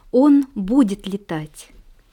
Он будет летать.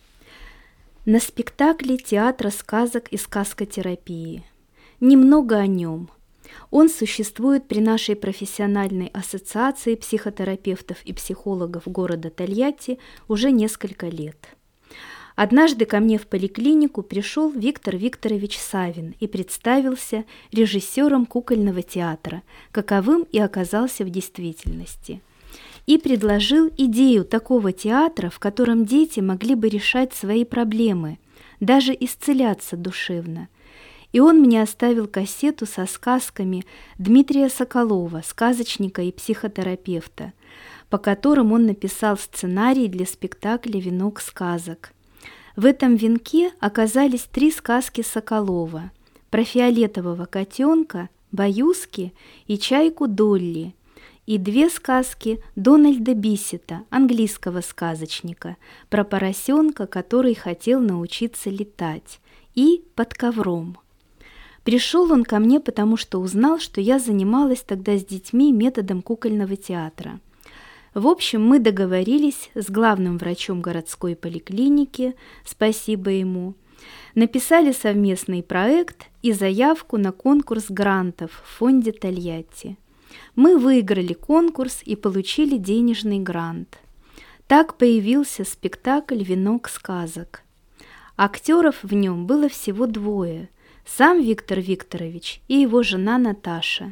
На спектакле театра сказок и сказкотерапии. Немного о нем. Он существует при нашей профессиональной ассоциации психотерапевтов и психологов города Тольятти уже несколько лет. Однажды ко мне в поликлинику пришел Виктор Викторович Савин и представился режиссером кукольного театра, каковым и оказался в действительности. И предложил идею такого театра, в котором дети могли бы решать свои проблемы, даже исцеляться душевно. И он мне оставил кассету со сказками Дмитрия Соколова, сказочника и психотерапевта, по которым он написал сценарий для спектакля «Венок сказок». В этом венке оказались 3 сказки Соколова про фиолетового котенка, Баюски и чайку Долли, и 2 сказки Дональда Биссета, английского сказочника, про поросенка, который хотел научиться летать, и «Под ковром». Пришел он ко мне, потому что узнал, что я занималась тогда с детьми методом кукольного театра. В общем, мы договорились с главным врачом городской поликлиники, спасибо ему, написали совместный проект и заявку на конкурс грантов в фонде Тольятти. Мы выиграли конкурс и получили денежный грант. Так появился спектакль «Венок сказок». Актеров в нем было всего 2, сам Виктор Викторович и его жена Наташа.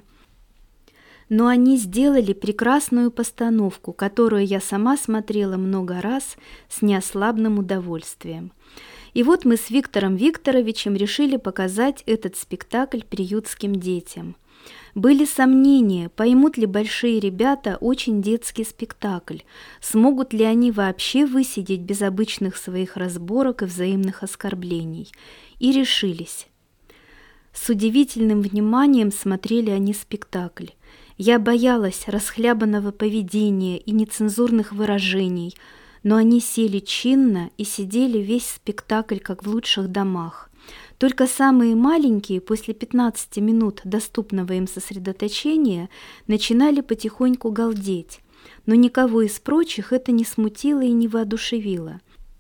Но они сделали прекрасную постановку, которую я сама смотрела много раз с неослабным удовольствием. И вот мы с Виктором Викторовичем решили показать этот спектакль приютским детям. Были сомнения, поймут ли большие ребята очень детский спектакль, смогут ли они вообще высидеть без обычных своих разборок и взаимных оскорблений. И решились. С удивительным вниманием смотрели они спектакль. Я боялась расхлябанного поведения и нецензурных выражений, но они сели чинно и сидели весь спектакль, как в лучших домах. Только самые маленькие, после 15 минут доступного им сосредоточения, начинали потихоньку галдеть, но никого из прочих это не смутило и не воодушевило.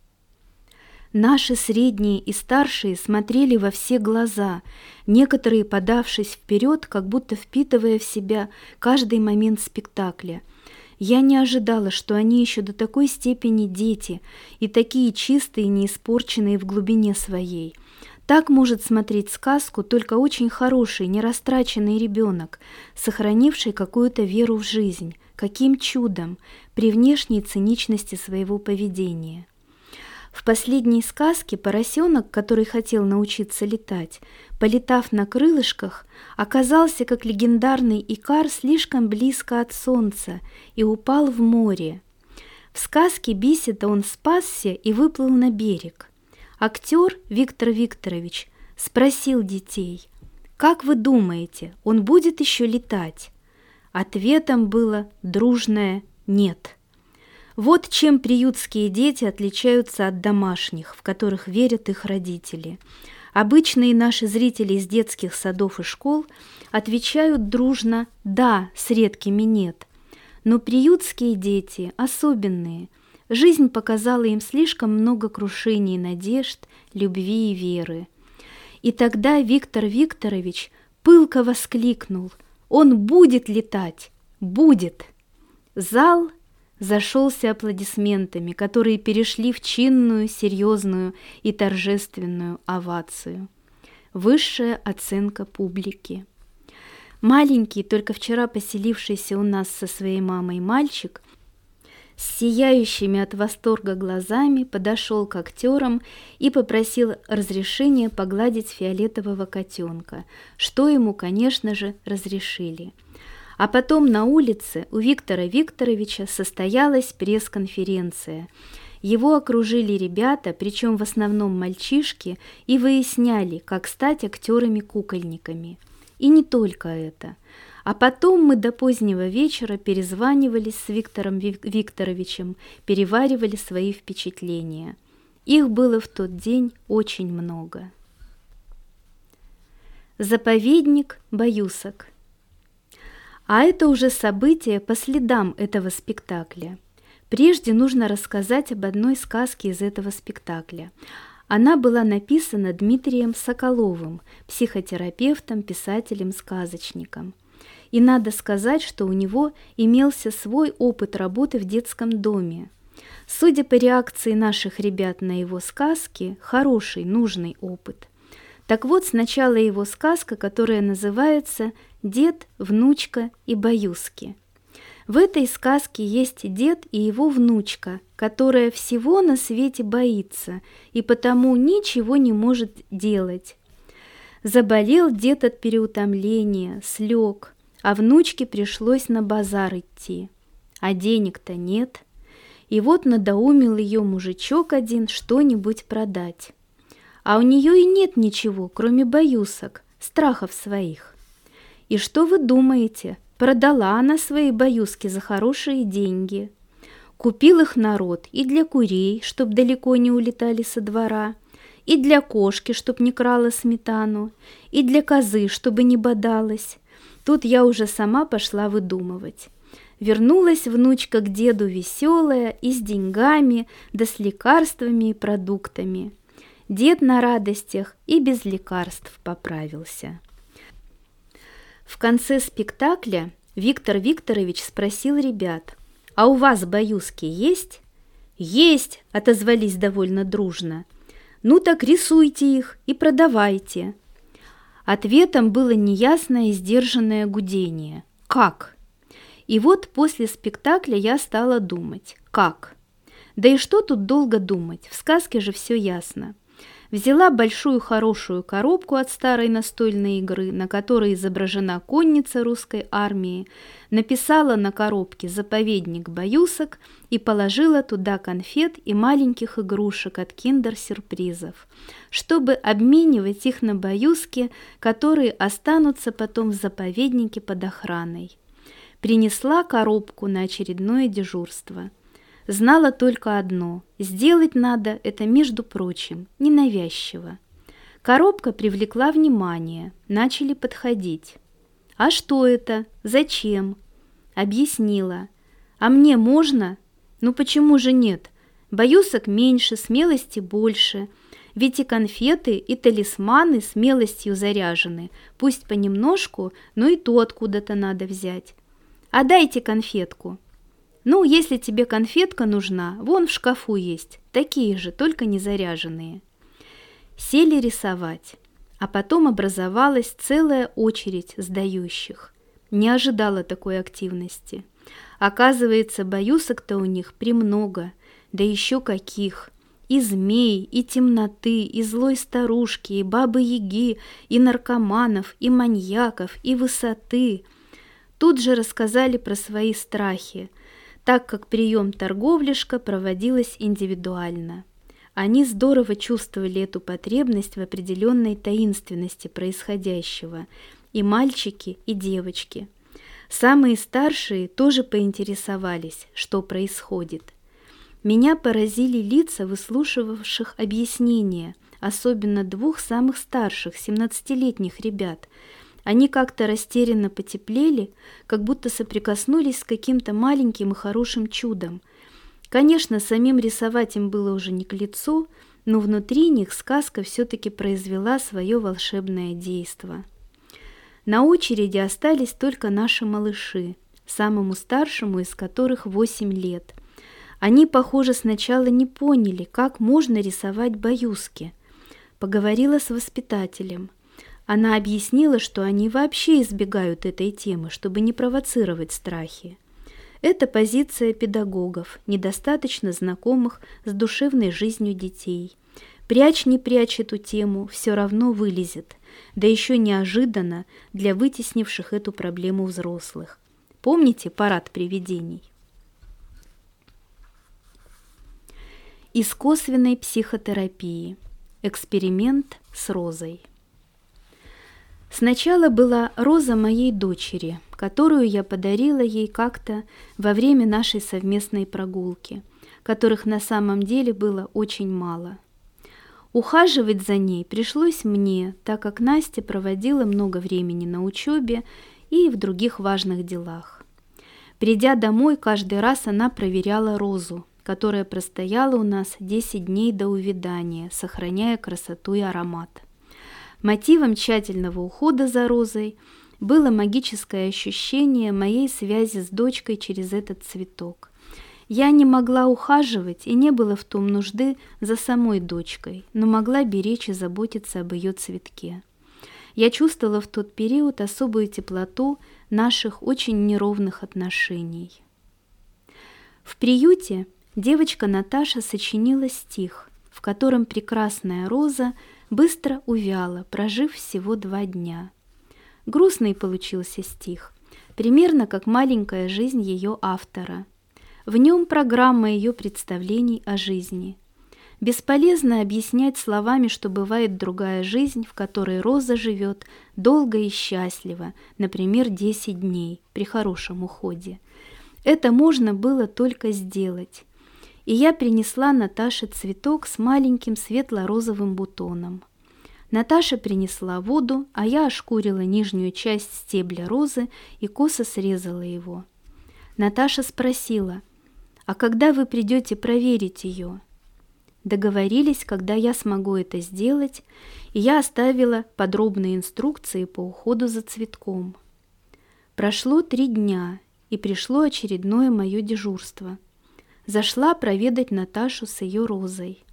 Наши средние и старшие смотрели во все глаза, некоторые подавшись вперед, как будто впитывая в себя каждый момент спектакля. Я не ожидала, что они еще до такой степени дети и такие чистые и неиспорченные в глубине своей. Так может смотреть сказку только очень хороший, нерастраченный ребенок, сохранивший какую-то веру в жизнь. Каким чудом при внешней циничности своего поведения. В последней сказке поросенок, который хотел научиться летать, полетав на крылышках, оказался, как легендарный Икар, слишком близко от солнца и упал в море. В сказке Биссета он спасся и выплыл на берег. Актер Виктор Викторович спросил детей: «Как вы думаете, он будет еще летать?» Ответом было дружное «нет». Вот чем приютские дети отличаются от домашних, в которых верят их родители. Обычные наши зрители из детских садов и школ отвечают дружно «да» с редкими «нет». Но приютские дети особенные. Жизнь показала им слишком много крушений надежд, любви и веры. И тогда Виктор Викторович пылко воскликнул: «Он будет летать! Будет!» Зал зашелся аплодисментами, которые перешли в чинную, серьезную и торжественную овацию. Высшая оценка публики. Маленький, только вчера поселившийся у нас со своей мамой мальчик, с сияющими от восторга глазами подошел к актерам и попросил разрешения погладить фиолетового котенка, что ему, конечно же, разрешили. А потом на улице у Виктора Викторовича состоялась пресс-конференция. Его окружили ребята, причем в основном мальчишки, и выясняли, как стать актерами-кукольниками. И не только это. А потом мы до позднего вечера перезванивались с Виктором Викторовичем, переваривали свои впечатления. Их было в тот день очень много. Заповедник Баюсок. А это уже событие по следам этого спектакля. Прежде нужно рассказать об одной сказке из этого спектакля. Она была написана Дмитрием Соколовым, психотерапевтом, писателем, сказочником. И надо сказать, что у него имелся свой опыт работы в детском доме. Судя по реакции наших ребят на его сказки, хороший, нужный опыт. Так вот, сначала его сказка, которая называется «Дед, внучка и баюски». В этой сказке есть дед и его внучка, которая всего на свете боится и потому ничего не может делать. Заболел дед от переутомления, слег, а внучке пришлось на базар идти. А денег-то нет. И вот надоумил ее мужичок один что-нибудь продать. А у нее и нет ничего, кроме баюсок, страхов своих. И что вы думаете? Продала она свои баюски за хорошие деньги. Купил их народ и для курей, чтоб далеко не улетали со двора, и для кошки, чтоб не крала сметану, и для козы, чтобы не бодалась. Тут я уже сама пошла выдумывать. Вернулась внучка к деду веселая и с деньгами, да с лекарствами и продуктами. Дед на радостях и без лекарств поправился. В конце спектакля Виктор Викторович спросил ребят: «А у вас баюски есть?» «Есть!» – отозвались довольно дружно. «Ну так рисуйте их и продавайте». Ответом было неясное и сдержанное гудение. «Как?» И вот после спектакля я стала думать. Как? Да и что тут долго думать? В сказке же все ясно. Взяла большую хорошую коробку от старой настольной игры, на которой изображена конница русской армии, написала на коробке «Заповедник баюсок» и положила туда конфет и маленьких игрушек от киндер-сюрпризов, чтобы обменивать их на баюски, которые останутся потом в заповеднике под охраной. Принесла коробку на очередное дежурство. Знала только одно – сделать надо это, между прочим, ненавязчиво. Коробка привлекла внимание, начали подходить. «А что это? Зачем?» Объяснила. «А мне можно?» «Ну почему же нет? Баюсок меньше, смелости больше. Ведь и конфеты, и талисманы смелостью заряжены. Пусть понемножку, но и то откуда-то надо взять. А дайте конфетку». «Ну, если тебе конфетка нужна, вон в шкафу есть, такие же, только не заряженные». Сели рисовать, а потом образовалась целая очередь сдающих. Не ожидала такой активности. Оказывается, баюсок-то у них премного, да еще каких. И змей, и темноты, и злой старушки, и бабы-яги, и наркоманов, и маньяков, и высоты. Тут же рассказали про свои страхи, так как прием торговляшка проводилась индивидуально. Они здорово чувствовали эту потребность в определенной таинственности происходящего, и мальчики, и девочки. Самые старшие тоже поинтересовались, что происходит. Меня поразили лица выслушивавших объяснения, особенно двух самых старших, 17-летних ребят. Они как-то растерянно потеплели, как будто соприкоснулись с каким-то маленьким и хорошим чудом. Конечно, самим рисовать им было уже не к лицу, но внутри них сказка все-таки произвела свое волшебное действо. На очереди остались только наши малыши, самому старшему из которых 8 лет. Они, похоже, сначала не поняли, как можно рисовать баюски. Поговорила с воспитателем. Она объяснила, что они вообще избегают этой темы, чтобы не провоцировать страхи. Это позиция педагогов, недостаточно знакомых с душевной жизнью детей. Прячь не прячь эту тему, все равно вылезет, да еще неожиданно для вытеснивших эту проблему взрослых. Помните парад привидений? Из косвенной психотерапии. Эксперимент с розой. Сначала была роза моей дочери, которую я подарила ей как-то во время нашей совместной прогулки, которых на самом деле было очень мало. Ухаживать за ней пришлось мне, так как Настя проводила много времени на учебе и в других важных делах. Придя домой, каждый раз она проверяла розу, которая простояла у нас 10 дней до увядания, сохраняя красоту и аромат. Мотивом тщательного ухода за розой было магическое ощущение моей связи с дочкой через этот цветок. Я не могла ухаживать, и не было в том нужды за самой дочкой, но могла беречь и заботиться об ее цветке. Я чувствовала в тот период особую теплоту наших очень неровных отношений. В приюте девочка Наташа сочинила стих, в котором прекрасная роза быстро увяла, прожив всего 2 дня. Грустный получился стих, примерно как маленькая жизнь ее автора. В нем программа ее представлений о жизни. Бесполезно объяснять словами, что бывает другая жизнь, в которой роза живет долго и счастливо, например, 10 дней при хорошем уходе. Это можно было только сделать. И я принесла Наташе цветок с маленьким светло-розовым бутоном. Наташа принесла воду, а я ошкурила нижнюю часть стебля розы и косо срезала его. Наташа спросила: «А когда вы придете проверить ее?» Договорились, когда я смогу это сделать, и я оставила подробные инструкции по уходу за цветком. Прошло 3 дня, и пришло очередное мое дежурство. Зашла проведать Наташу с ее розой.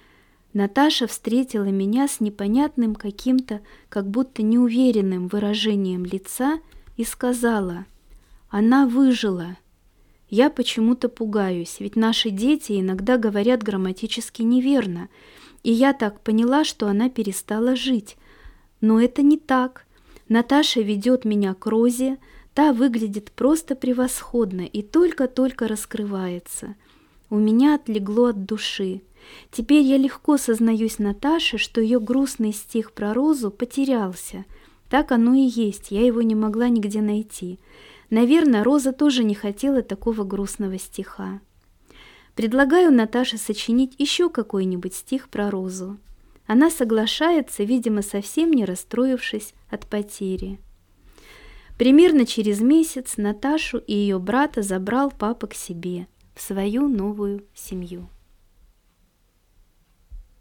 Наташа встретила меня с непонятным каким-то, как будто неуверенным выражением лица и сказала: «Она выжила». Я почему-то пугаюсь, ведь наши дети иногда говорят грамматически неверно, и я так поняла, что она перестала жить. Но это не так. Наташа ведет меня к розе, та выглядит просто превосходно и только-только раскрывается. У меня отлегло от души. Теперь я легко сознаюсь Наташе, что ее грустный стих про розу потерялся. Так оно и есть, я его не могла нигде найти. Наверное, Роза тоже не хотела такого грустного стиха. Предлагаю Наташе сочинить еще какой-нибудь стих про розу. Она соглашается, видимо, совсем не расстроившись от потери. Примерно через месяц Наташу и ее брата забрал папа к себе, в свою новую семью.